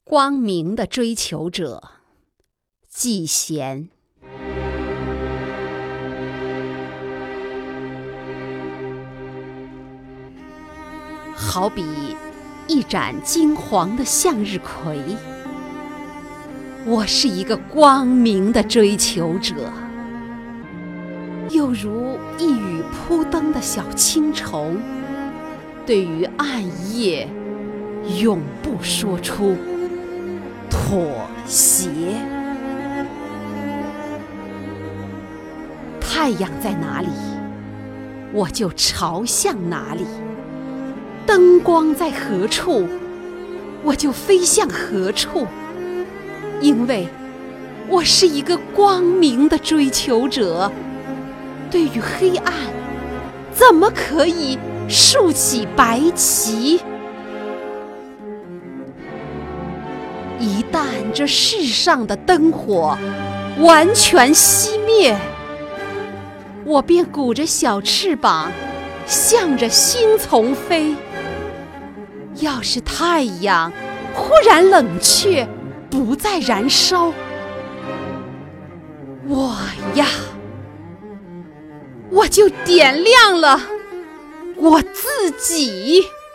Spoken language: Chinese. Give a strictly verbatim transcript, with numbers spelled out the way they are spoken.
光明的追求者，季贤。好比一盏金黄的向日葵，我是一个光明的追求者，又如一羽扑灯的小青虫，对于暗夜永不说出妥协。太阳在哪里，我就朝向哪里；灯光在何处，我就飞向何处。因为我是一个光明的追求者，对于黑暗，怎么可以竖起白旗？一旦这世上的灯火完全熄灭，我便鼓着小翅膀，向着星丛飞。要是太阳忽然冷却，不再燃烧，我呀，我就点亮了我自己。